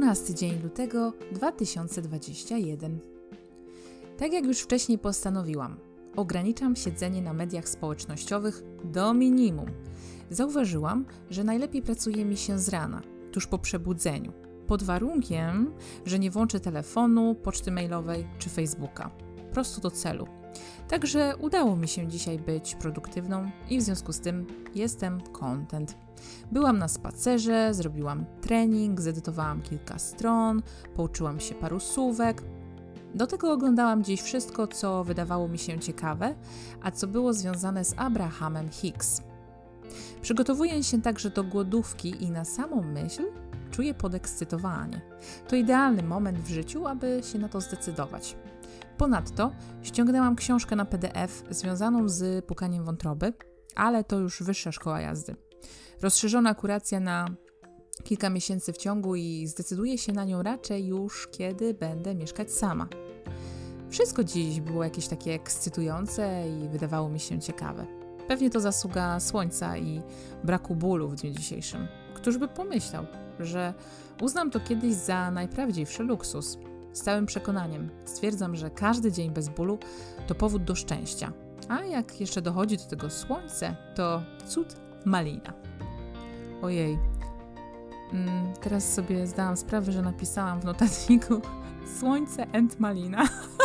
12 dzień lutego 2021. Tak jak już wcześniej postanowiłam, ograniczam siedzenie na mediach społecznościowych do minimum. Zauważyłam, że najlepiej pracuje mi się z rana, tuż po przebudzeniu, pod warunkiem, że nie włączę telefonu, poczty mailowej czy Facebooka. Prosto do celu. Także udało mi się dzisiaj być produktywną i w związku z tym jestem content. Byłam na spacerze, zrobiłam trening, zedytowałam kilka stron, pouczyłam się paru słówek. Do tego oglądałam dziś wszystko, co wydawało mi się ciekawe, a co było związane z Abrahamem Hicks. Przygotowuję się także do głodówki i na samą myśl czuję podekscytowanie. To idealny moment w życiu, aby się na to zdecydować. Ponadto ściągnęłam książkę na PDF związaną z pukaniem wątroby, ale to już wyższa szkoła jazdy. Rozszerzona kuracja na kilka miesięcy w ciągu i zdecyduję się na nią raczej już, kiedy będę mieszkać sama. Wszystko dziś było jakieś takie ekscytujące i wydawało mi się ciekawe. Pewnie to zasługa słońca i braku bólu w dniu dzisiejszym. Któż by pomyślał, że uznam to kiedyś za najprawdziwszy luksus. Z całym przekonaniem stwierdzam, że każdy dzień bez bólu to powód do szczęścia. A jak jeszcze dochodzi do tego słońce, to cud malina. Ojej, teraz sobie zdałam sprawę, że napisałam w notatniku słońce and malina.